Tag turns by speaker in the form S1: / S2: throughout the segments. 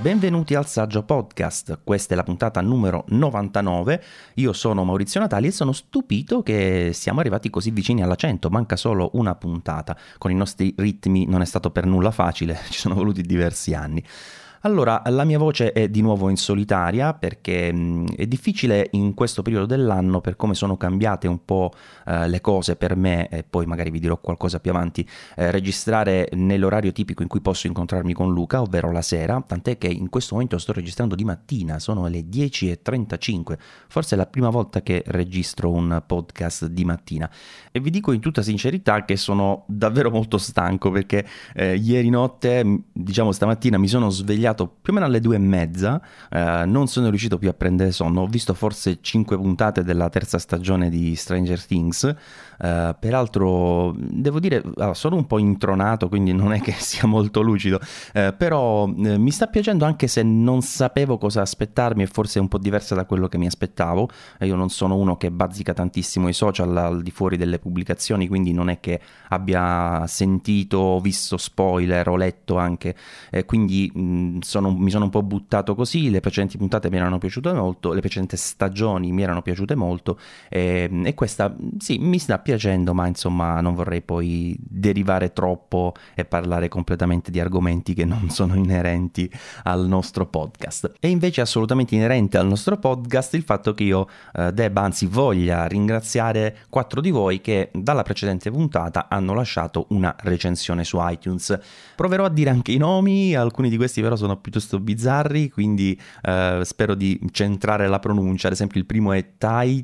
S1: benvenuti al Saggio Podcast. Questa è la puntata numero 99. Io sono Maurizio Natali e sono stupito che siamo arrivati così vicini alla 100. Manca solo una puntata. Con i nostri ritmi non è stato per nulla facile, ci sono voluti diversi anni. Allora, la mia voce è di nuovo in solitaria perché è difficile in questo periodo dell'anno, per come sono cambiate un po' le cose per me, e poi magari vi dirò qualcosa più avanti, registrare nell'orario tipico in cui posso incontrarmi con Luca, ovvero la sera, tant'è che in questo momento sto registrando di mattina, sono le 10:35, forse è la prima volta che registro un podcast di mattina. E vi dico in tutta sincerità che sono davvero molto stanco perché ieri notte, diciamo stamattina, mi sono svegliato più o meno alle 2:30, non sono riuscito più a prendere sonno, ho visto forse 5 puntate della terza stagione di Stranger Things, peraltro devo dire sono un po' intronato, quindi non è che sia molto lucido, però mi sta piacendo anche se non sapevo cosa aspettarmi e forse è un po' diversa da quello che mi aspettavo. Io non sono uno che bazzica tantissimo i social al di fuori delle pubblicazioni, quindi non è che abbia sentito o visto spoiler o letto anche, quindi mi sono un po' buttato così. Le precedenti puntate mi erano piaciute molto, le precedenti stagioni mi erano piaciute molto, e questa sì mi sta piacendo, ma insomma non vorrei poi derivare troppo e parlare completamente di argomenti che non sono inerenti al nostro podcast. E invece è assolutamente inerente al nostro podcast il fatto che io debba, anzi voglia ringraziare 4 di voi che dalla precedente puntata hanno lasciato una recensione su iTunes. Proverò a dire anche i nomi, alcuni di questi però sono piuttosto bizzarri, quindi spero di centrare la pronuncia. Ad esempio il primo è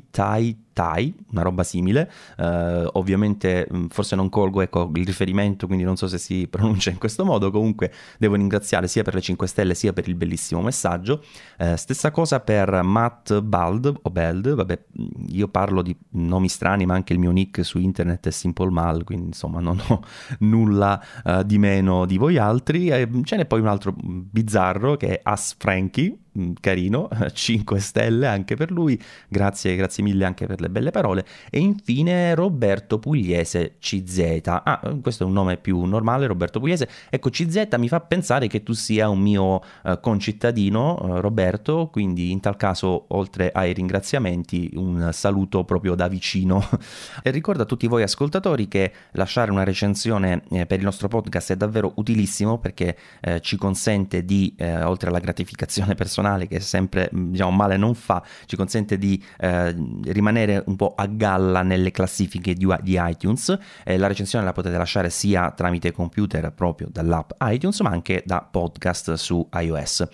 S1: Tai, una roba simile, ovviamente forse non colgo il riferimento, quindi non so se si pronuncia in questo modo. Comunque devo ringraziare sia per le 5 stelle sia per il bellissimo messaggio. Stessa cosa per Matt Bald, vabbè, io parlo di nomi strani, ma anche il mio nick su internet è Simple Mal, quindi insomma non ho nulla di meno di voi altri. Ce n'è poi un altro bizzarro che è As Frankie, carino, 5 stelle anche per lui, grazie mille anche per le belle parole. E infine Roberto Pugliese CZ, questo è un nome più normale, Roberto Pugliese. Ecco, CZ mi fa pensare che tu sia un mio concittadino, Roberto, quindi in tal caso oltre ai ringraziamenti un saluto proprio da vicino. E ricordo a tutti voi ascoltatori che lasciare una recensione per il nostro podcast è davvero utilissimo, perché ci consente di, oltre alla gratificazione personale che sempre diciamo male non fa, ci consente di rimanere un po' a galla nelle classifiche di iTunes. La recensione la potete lasciare sia tramite computer proprio dall'app iTunes, ma anche da podcast su iOS.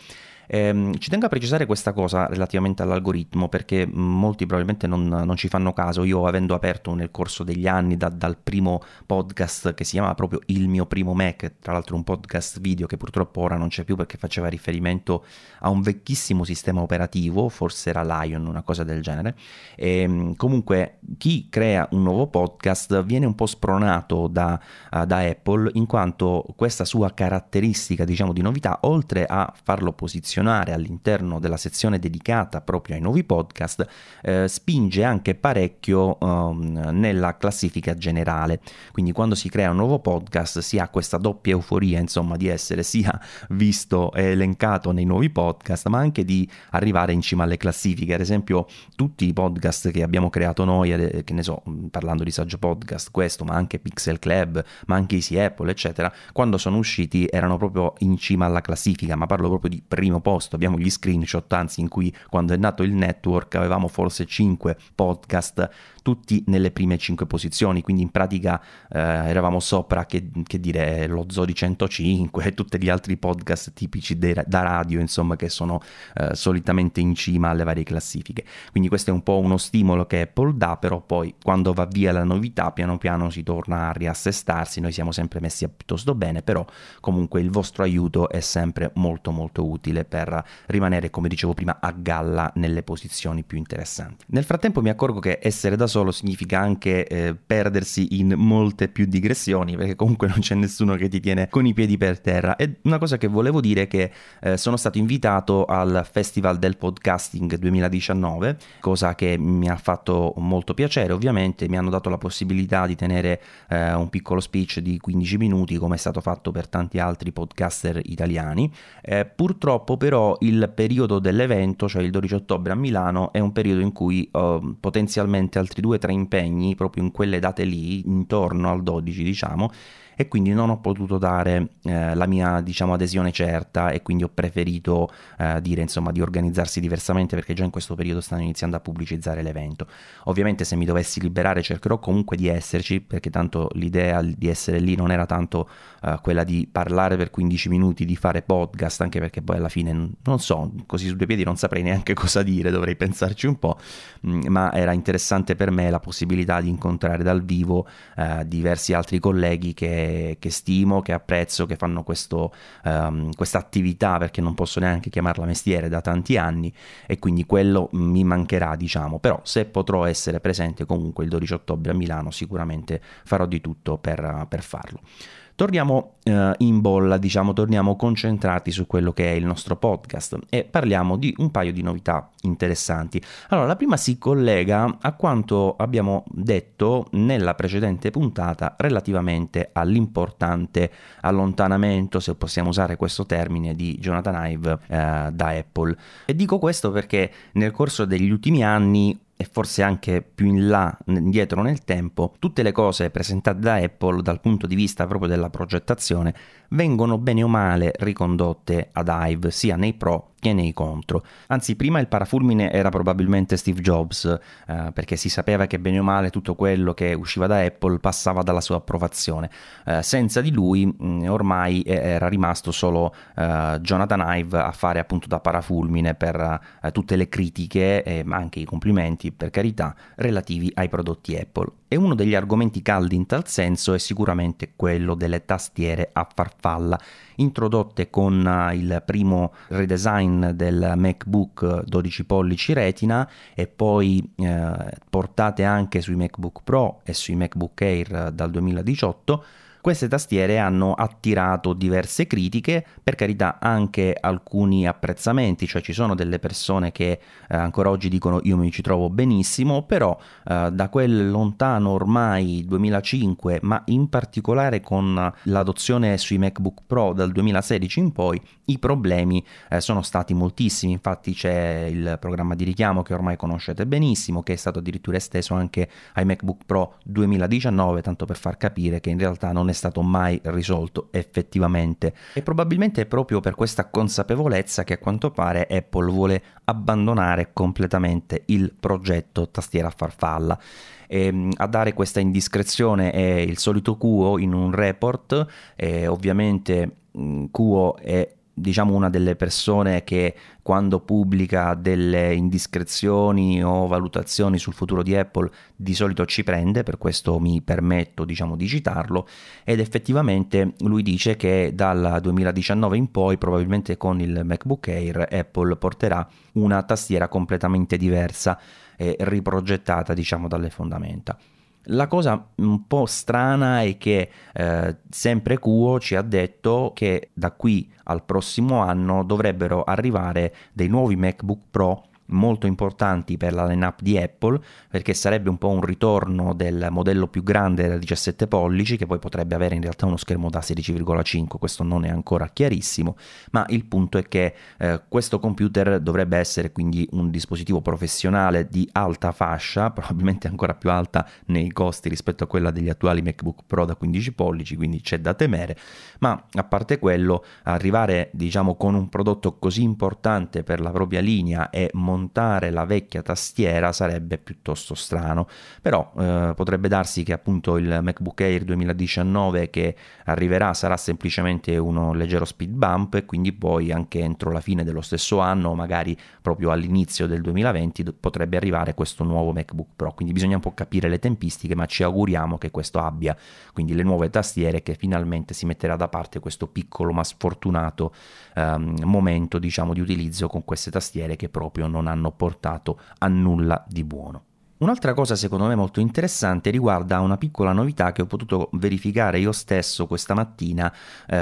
S1: Ci tengo a precisare questa cosa relativamente all'algoritmo, perché molti probabilmente non ci fanno caso. Io, avendo aperto nel corso degli anni dal primo podcast che si chiama proprio Il mio primo Mac, tra l'altro un podcast video che purtroppo ora non c'è più perché faceva riferimento a un vecchissimo sistema operativo, forse era Lion, una cosa del genere, comunque chi crea un nuovo podcast viene un po' spronato da Apple, in quanto questa sua caratteristica, diciamo, di novità, oltre a farlo posizionare all'interno della sezione dedicata proprio ai nuovi podcast, spinge anche parecchio nella classifica generale. Quindi quando si crea un nuovo podcast si ha questa doppia euforia, insomma, di essere sia visto e elencato nei nuovi podcast, ma anche di arrivare in cima alle classifiche. Ad esempio tutti i podcast che abbiamo creato noi, che ne so, parlando di Saggio Podcast, questo, ma anche Pixel Club, ma anche Easy Apple, eccetera, quando sono usciti erano proprio in cima alla classifica, ma parlo proprio di primo posto. Abbiamo gli screenshot, anzi, in cui quando è nato il network avevamo forse 5 podcast tutti nelle prime 5 posizioni, quindi in pratica eravamo sopra, che dire, lo Zoo di 105 e tutti gli altri podcast tipici da radio, insomma, che sono solitamente in cima alle varie classifiche. Quindi questo è un po' uno stimolo che Apple dà, però poi quando va via la novità piano piano si torna a riassestarsi. Noi siamo sempre messi piuttosto bene, però comunque il vostro aiuto è sempre molto molto utile per rimanere, come dicevo prima, a galla nelle posizioni più interessanti. Nel frattempo mi accorgo che essere da solo significa anche perdersi in molte più digressioni, perché comunque non c'è nessuno che ti tiene con i piedi per terra. E una cosa che volevo dire è che sono stato invitato al Festival del Podcasting 2019, cosa che mi ha fatto molto piacere. Ovviamente mi hanno dato la possibilità di tenere un piccolo speech di 15 minuti, come è stato fatto per tanti altri podcaster italiani. Purtroppo però il periodo dell'evento, cioè il 12 ottobre a Milano, è un periodo in cui ho potenzialmente altri 2-3 impegni proprio in quelle date lì, intorno al 12 diciamo, e quindi non ho potuto dare la mia, diciamo, adesione certa, e quindi ho preferito dire insomma di organizzarsi diversamente, perché già in questo periodo stanno iniziando a pubblicizzare l'evento. Ovviamente se mi dovessi liberare cercherò comunque di esserci, perché tanto l'idea di essere lì non era tanto quella di parlare per 15 minuti, di fare podcast, anche perché poi alla fine non so, così su due piedi non saprei neanche cosa dire, dovrei pensarci un po', ma era interessante per me la possibilità di incontrare dal vivo diversi altri colleghi che stimo, che apprezzo, che fanno questa attività, perché non posso neanche chiamarla mestiere, da tanti anni, e quindi quello mi mancherà, diciamo. Però se potrò essere presente comunque il 12 ottobre a Milano, sicuramente farò di tutto per farlo. Torniamo in bolla, diciamo, torniamo concentrati su quello che è il nostro podcast e parliamo di un paio di novità interessanti. Allora, la prima si collega a quanto abbiamo detto nella precedente puntata relativamente all'importante allontanamento, se possiamo usare questo termine, di Jonathan Ive da Apple. E dico questo perché nel corso degli ultimi anni, e forse anche più in là, indietro nel tempo, tutte le cose presentate da Apple dal punto di vista proprio della progettazione vengono bene o male ricondotte ad Ive, sia nei pro che nei contro. Anzi, prima il parafulmine era probabilmente Steve Jobs, perché si sapeva che bene o male tutto quello che usciva da Apple passava dalla sua approvazione. Senza di lui ormai era rimasto solo Jonathan Ive a fare appunto da parafulmine per tutte le critiche, ma anche i complimenti, per carità, relativi ai prodotti Apple. E uno degli argomenti caldi in tal senso è sicuramente quello delle tastiere a farfalla, introdotte con il primo redesign del MacBook 12 pollici Retina e poi portate anche sui MacBook Pro e sui MacBook Air dal 2018. Queste tastiere hanno attirato diverse critiche, per carità anche alcuni apprezzamenti, cioè ci sono delle persone che ancora oggi dicono io mi ci trovo benissimo, però da quel lontano ormai 2005, ma in particolare con l'adozione sui MacBook Pro dal 2016 in poi, i problemi sono stati moltissimi. Infatti c'è il programma di richiamo che ormai conoscete benissimo, che è stato addirittura esteso anche ai MacBook Pro 2019, tanto per far capire che in realtà non è stato mai risolto effettivamente, e probabilmente è proprio per questa consapevolezza che a quanto pare Apple vuole abbandonare completamente il progetto tastiera a farfalla. E a dare questa indiscrezione è il solito Kuo in un report, e ovviamente Kuo è, diciamo, una delle persone che quando pubblica delle indiscrezioni o valutazioni sul futuro di Apple di solito ci prende, per questo mi permetto, diciamo, di citarlo, ed effettivamente lui dice che dal 2019 in poi, probabilmente con il MacBook Air, Apple porterà una tastiera completamente diversa e riprogettata, diciamo, dalle fondamenta. La cosa un po' strana è che sempre Kuo ci ha detto che da qui al prossimo anno dovrebbero arrivare dei nuovi MacBook Pro molto importanti per la lineup di Apple, perché sarebbe un po' un ritorno del modello più grande da 17 pollici, che poi potrebbe avere in realtà uno schermo da 16,5, questo non è ancora chiarissimo, ma il punto è che questo computer dovrebbe essere quindi un dispositivo professionale di alta fascia, probabilmente ancora più alta nei costi rispetto a quella degli attuali MacBook Pro da 15 pollici, quindi c'è da temere. Ma a parte quello, arrivare, diciamo, con un prodotto così importante per la propria linea e montare la vecchia tastiera sarebbe piuttosto strano. Però potrebbe darsi che appunto il MacBook Air 2019 che arriverà sarà semplicemente uno leggero speed bump, e quindi poi anche entro la fine dello stesso anno, magari proprio all'inizio del 2020, potrebbe arrivare questo nuovo MacBook Pro. Quindi bisogna un po' capire le tempistiche, ma ci auguriamo che questo abbia quindi le nuove tastiere, che finalmente si metterà da parte questo piccolo ma sfortunato momento, diciamo, di utilizzo con queste tastiere che proprio non hanno portato a nulla di buono. Un'altra cosa secondo me molto interessante riguarda una piccola novità che ho potuto verificare io stesso questa mattina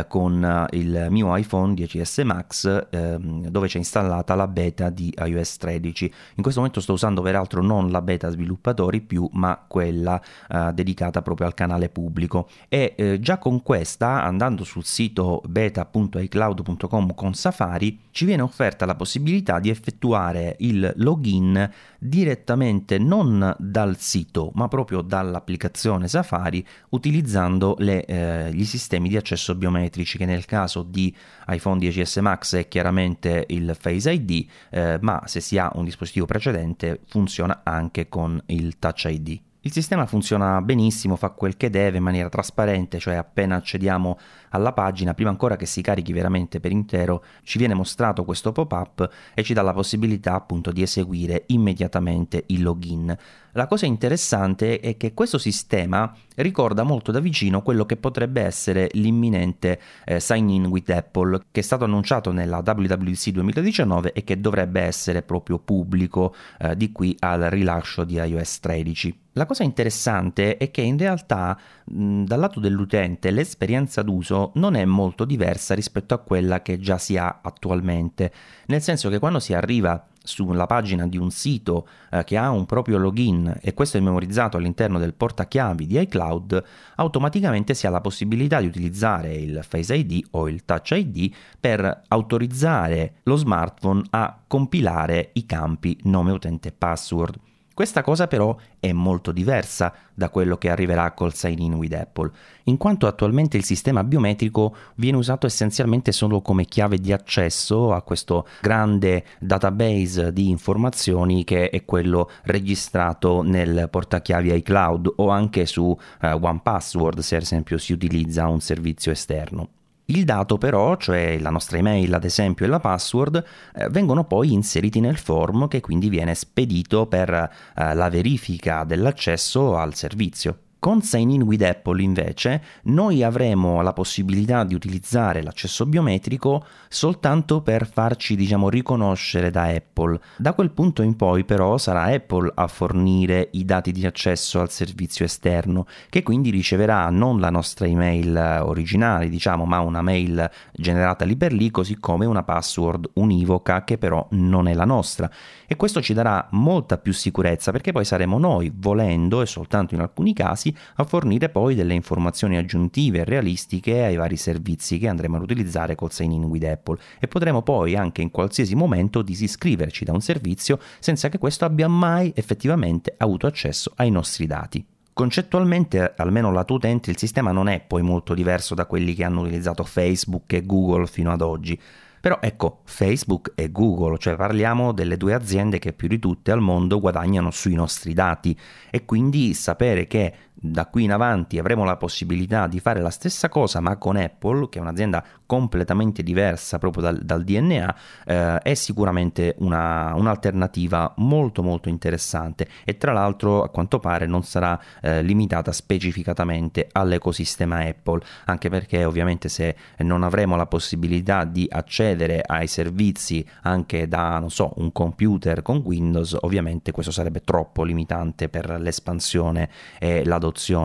S1: con il mio iPhone 10S Max, dove c'è installata la beta di iOS 13. In questo momento sto usando peraltro non la beta sviluppatori più, ma quella dedicata proprio al canale pubblico, e già con questa, andando sul sito beta.icloud.com con Safari, ci viene offerta la possibilità di effettuare il login direttamente non dal sito ma proprio dall'applicazione Safari, utilizzando gli sistemi di accesso biometrici, che nel caso di iPhone 10S Max è chiaramente il Face ID, ma se si ha un dispositivo precedente funziona anche con il Touch ID. Il sistema funziona benissimo, fa quel che deve in maniera trasparente, cioè appena accediamo alla pagina, prima ancora che si carichi veramente per intero, ci viene mostrato questo pop-up e ci dà la possibilità appunto di eseguire immediatamente il login. La cosa interessante è che questo sistema ricorda molto da vicino quello che potrebbe essere l'imminente sign-in with Apple, che è stato annunciato nella WWDC 2019 e che dovrebbe essere proprio pubblico di qui al rilascio di iOS 13. La cosa interessante è che in realtà dal lato dell'utente l'esperienza d'uso non è molto diversa rispetto a quella che già si ha attualmente, nel senso che quando si arriva sulla pagina di un sito che ha un proprio login e questo è memorizzato all'interno del portachiavi di iCloud, automaticamente si ha la possibilità di utilizzare il Face ID o il Touch ID per autorizzare lo smartphone a compilare i campi nome utente e password. Questa cosa però è molto diversa da quello che arriverà col sign-in with Apple, in quanto attualmente il sistema biometrico viene usato essenzialmente solo come chiave di accesso a questo grande database di informazioni che è quello registrato nel portachiavi iCloud o anche su 1Password, se ad esempio si utilizza un servizio esterno. Il dato però, cioè la nostra email ad esempio e la password, vengono poi inseriti nel form che quindi viene spedito per la verifica dell'accesso al servizio. Con Sign-in with Apple invece noi avremo la possibilità di utilizzare l'accesso biometrico soltanto per farci riconoscere da Apple. Da quel punto in poi però sarà Apple a fornire i dati di accesso al servizio esterno, che quindi riceverà non la nostra email originale ma una mail generata lì per lì, così come una password univoca che però non è la nostra, e questo ci darà molta più sicurezza, perché poi saremo noi, volendo e soltanto in alcuni casi, a fornire poi delle informazioni aggiuntive e realistiche ai vari servizi che andremo ad utilizzare col Sign-in with Apple, e potremo poi anche in qualsiasi momento disiscriverci da un servizio senza che questo abbia mai effettivamente avuto accesso ai nostri dati. Concettualmente, almeno lato utente, il sistema non è poi molto diverso da quelli che hanno utilizzato Facebook e Google fino ad oggi. Però ecco, Facebook e Google, cioè parliamo delle due aziende che più di tutte al mondo guadagnano sui nostri dati, e quindi sapere che da qui in avanti avremo la possibilità di fare la stessa cosa ma con Apple, che è un'azienda completamente diversa proprio dal DNA, è sicuramente un'alternativa molto molto interessante, e tra l'altro a quanto pare non sarà limitata specificatamente all'ecosistema Apple, anche perché ovviamente se non avremo la possibilità di accedere ai servizi anche da un computer con Windows, ovviamente questo sarebbe troppo limitante per l'espansione e l'adozione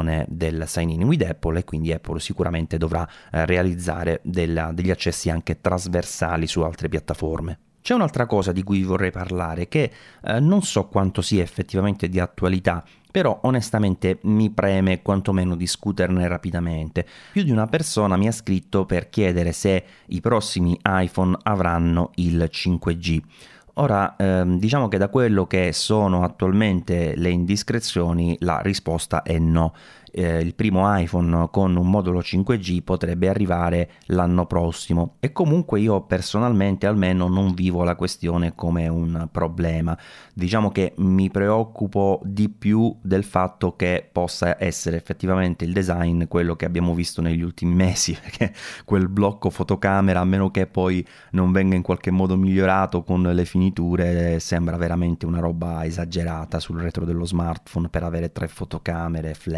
S1: del sign-in with Apple, e quindi Apple sicuramente dovrà realizzare degli accessi anche trasversali su altre piattaforme. C'è un'altra cosa di cui vorrei parlare che non so quanto sia effettivamente di attualità, però onestamente mi preme quantomeno discuterne rapidamente. Più di una persona mi ha scritto per chiedere se i prossimi iPhone avranno il 5G. Ora, diciamo che da quello che sono attualmente le indiscrezioni, la risposta è no. Il primo iPhone con un modulo 5G potrebbe arrivare l'anno prossimo, e comunque io personalmente almeno non vivo la questione come un problema. Diciamo che mi preoccupo di più del fatto che possa essere effettivamente il design quello che abbiamo visto negli ultimi mesi, perché quel blocco fotocamera, a meno che poi non venga in qualche modo migliorato con le finiture, sembra veramente una roba esagerata sul retro dello smartphone per avere 3 fotocamere, flash, eccetera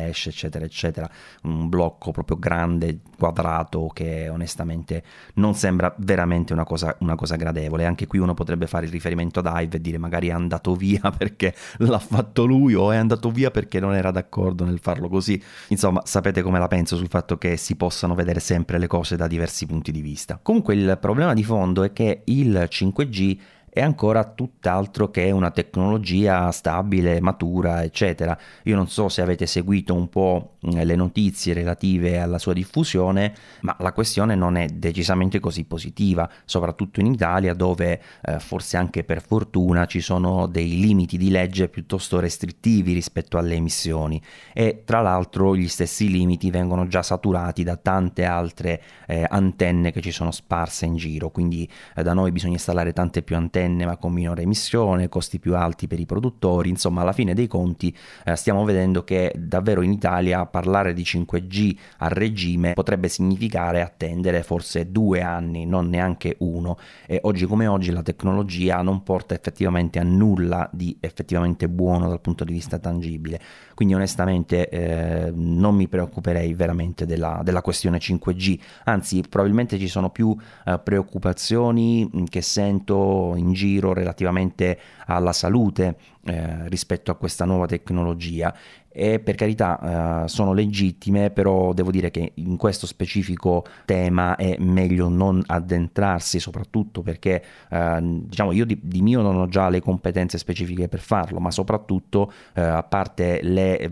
S1: eccetera eccetera, un blocco proprio grande, quadrato, che onestamente non sembra veramente una cosa gradevole. Anche qui uno potrebbe fare il riferimento ad Hive e dire magari è andato via perché l'ha fatto lui, o è andato via perché non era d'accordo nel farlo così. Insomma, sapete come la penso sul fatto che si possano vedere sempre le cose da diversi punti di vista. Comunque il problema di fondo è che il 5G è ancora tutt'altro che una tecnologia stabile, matura, eccetera. Io non so se avete seguito un po' le notizie relative alla sua diffusione, ma la questione non è decisamente così positiva, soprattutto in Italia, dove forse anche per fortuna ci sono dei limiti di legge piuttosto restrittivi rispetto alle emissioni, e tra l'altro gli stessi limiti vengono già saturati da tante altre antenne che ci sono sparse in giro, quindi da noi bisogna installare tante più antenne ma con minore emissione, costi più alti per i produttori. Insomma, alla fine dei conti stiamo vedendo che davvero in Italia parlare di 5G a regime potrebbe significare attendere forse 2 anni, non neanche uno, e oggi come oggi la tecnologia non porta effettivamente a nulla di effettivamente buono dal punto di vista tangibile. Quindi onestamente non mi preoccuperei veramente della questione 5G, anzi probabilmente ci sono più preoccupazioni che sento in giro relativamente alla salute rispetto a questa nuova tecnologia, e per carità sono legittime, però devo dire che in questo specifico tema è meglio non addentrarsi, soprattutto perché diciamo io di mio non ho già le competenze specifiche per farlo, ma soprattutto a parte i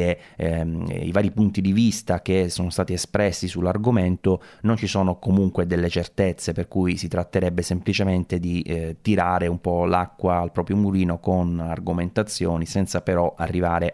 S1: vari punti di vista che sono stati espressi sull'argomento, non ci sono comunque delle certezze, per cui si tratterebbe semplicemente di tirare un po' l'acqua al proprio mulino con argomentazioni, senza però arrivare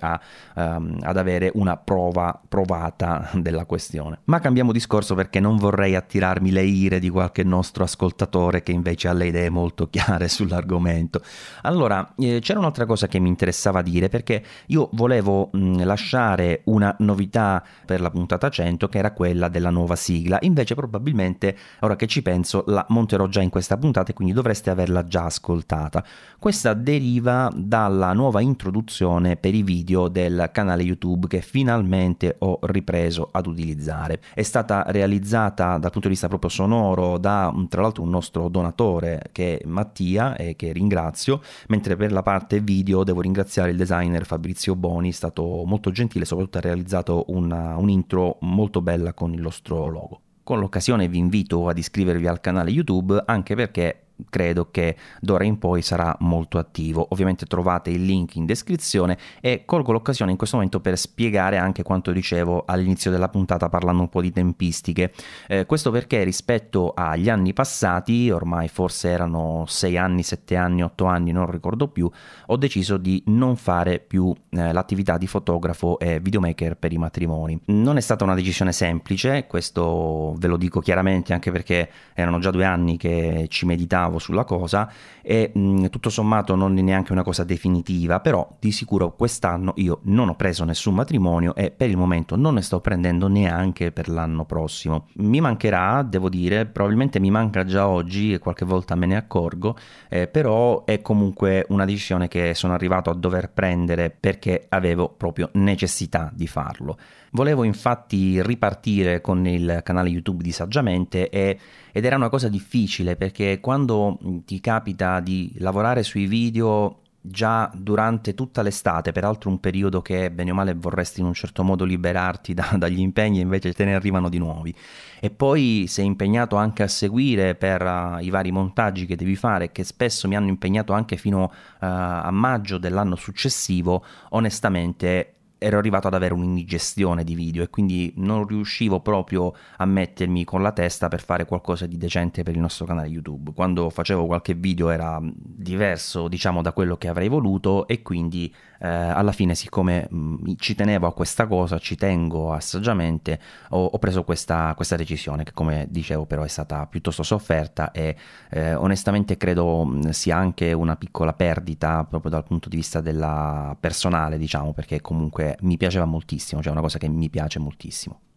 S1: ad avere una prova provata della questione. Ma cambiamo discorso, perché non vorrei attirarmi le ire di qualche nostro ascoltatore che invece ha le idee molto chiare sull'argomento. Allora, c'era un'altra cosa che mi interessava dire, perché io volevo lasciare una novità per la puntata 100, che era quella della nuova sigla. Invece probabilmente, ora che ci penso, la monterò già in questa puntata e quindi dovreste averla già ascoltata. Questa deriva dalla nuova introduzione per i video del canale YouTube che finalmente ho ripreso ad utilizzare. È stata realizzata dal punto di vista proprio sonoro da tra l'altro un nostro donatore, che è Mattia, e che ringrazio, mentre per la parte video devo ringraziare il designer Fabrizio Boni. È stato molto gentile, soprattutto ha realizzato un intro molto bella con il nostro logo. Con l'occasione vi invito ad iscrivervi al canale YouTube, anche perché credo che d'ora in poi sarà molto attivo. Ovviamente trovate il link in descrizione, e colgo l'occasione in questo momento per spiegare anche quanto dicevo all'inizio della puntata parlando un po' di tempistiche. Questo perché rispetto agli anni passati, ormai forse erano 6 anni, 7 anni, 8 anni, non ricordo più, ho deciso di non fare più l'attività di fotografo e videomaker per i matrimoni. Non è stata una decisione semplice, questo ve lo dico chiaramente, anche perché erano già 2 anni che ci meditavo sulla cosa, e tutto sommato non è neanche una cosa definitiva, però di sicuro quest'anno io non ho preso nessun matrimonio e per il momento non ne sto prendendo neanche per l'anno prossimo. Mi mancherà, devo dire, probabilmente mi manca già oggi e qualche volta me ne accorgo, però è comunque una decisione che sono arrivato a dover prendere perché avevo proprio necessità di farlo. Volevo infatti ripartire con il canale YouTube di Saggiamente ed era una cosa difficile, perché quando ti capita di lavorare sui video già durante tutta l'estate, peraltro un periodo che bene o male vorresti in un certo modo liberarti dagli impegni, invece te ne arrivano di nuovi, e poi sei impegnato anche a seguire per i vari montaggi che devi fare, che spesso mi hanno impegnato anche fino a maggio dell'anno successivo, onestamente ero arrivato ad avere un'indigestione di video e quindi non riuscivo proprio a mettermi con la testa per fare qualcosa di decente per il nostro canale YouTube. Quando facevo qualche video era diverso, diciamo, da quello che avrei voluto, e quindi alla fine, siccome ci tenevo a questa cosa, ci tengo a Saggiamente, ho preso questa decisione, che come dicevo però è stata piuttosto sofferta, e onestamente credo sia anche una piccola perdita proprio dal punto di vista della personale, diciamo, perché comunque mi piaceva moltissimo, cioè è una cosa che mi piace moltissimo.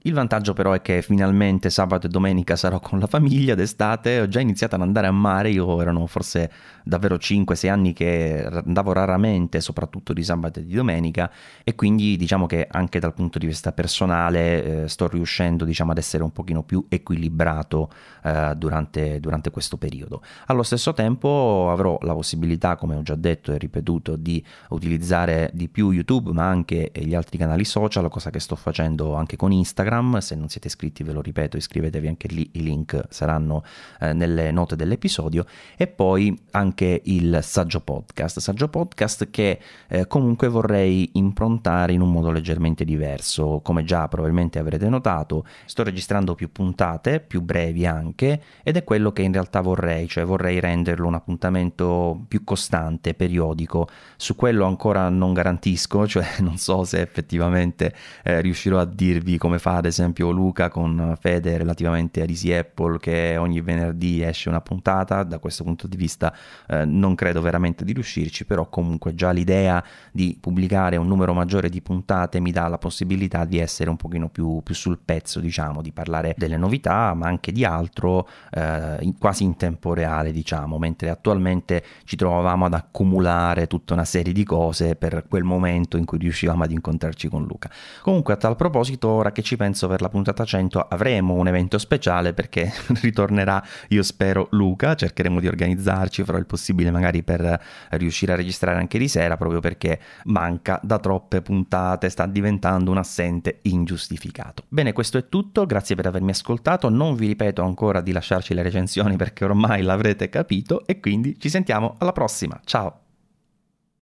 S1: Il vantaggio però è che finalmente sabato e domenica sarò con la famiglia d'estate, ho già iniziato ad andare a mare, io erano forse davvero 5-6 anni che andavo raramente, soprattutto di sabato e di domenica, e quindi diciamo che anche dal punto di vista personale sto riuscendo diciamo ad essere un pochino più equilibrato durante questo periodo. Allo stesso tempo avrò la possibilità, come ho già detto e ripetuto, di utilizzare di più YouTube ma anche gli altri canali social, cosa che sto facendo anche con Instagram. Se non siete iscritti, ve lo ripeto, iscrivetevi anche lì, i link saranno nelle note dell'episodio. E poi anche il Saggio Podcast che comunque vorrei improntare in un modo leggermente diverso. Come già probabilmente avrete notato, sto registrando più puntate, più brevi anche, ed è quello che in realtà vorrei, cioè vorrei renderlo un appuntamento più costante, periodico. Su quello ancora non garantisco, cioè non so se effettivamente riuscirò a dirvi come fa ad esempio Luca con Fede relativamente ad Easy Apple, che ogni venerdì esce una puntata. Da questo punto di vista non credo veramente di riuscirci, però comunque già l'idea di pubblicare un numero maggiore di puntate mi dà la possibilità di essere un pochino più sul pezzo, diciamo, di parlare delle novità ma anche di altro quasi in tempo reale, diciamo, mentre attualmente ci trovavamo ad accumulare tutta una serie di cose per quel momento in cui riuscivamo ad incontrarci con Luca. Comunque, a tal proposito, ora che ci penso, per la puntata 100 avremo un evento speciale perché ritornerà, io spero, Luca. Cercheremo di organizzarci, farò il possibile magari per riuscire a registrare anche di sera, proprio perché manca da troppe puntate, sta diventando un assente ingiustificato. Bene, questo è tutto, grazie per avermi ascoltato, non vi ripeto ancora di lasciarci le recensioni perché ormai l'avrete capito, e quindi ci sentiamo alla prossima, ciao!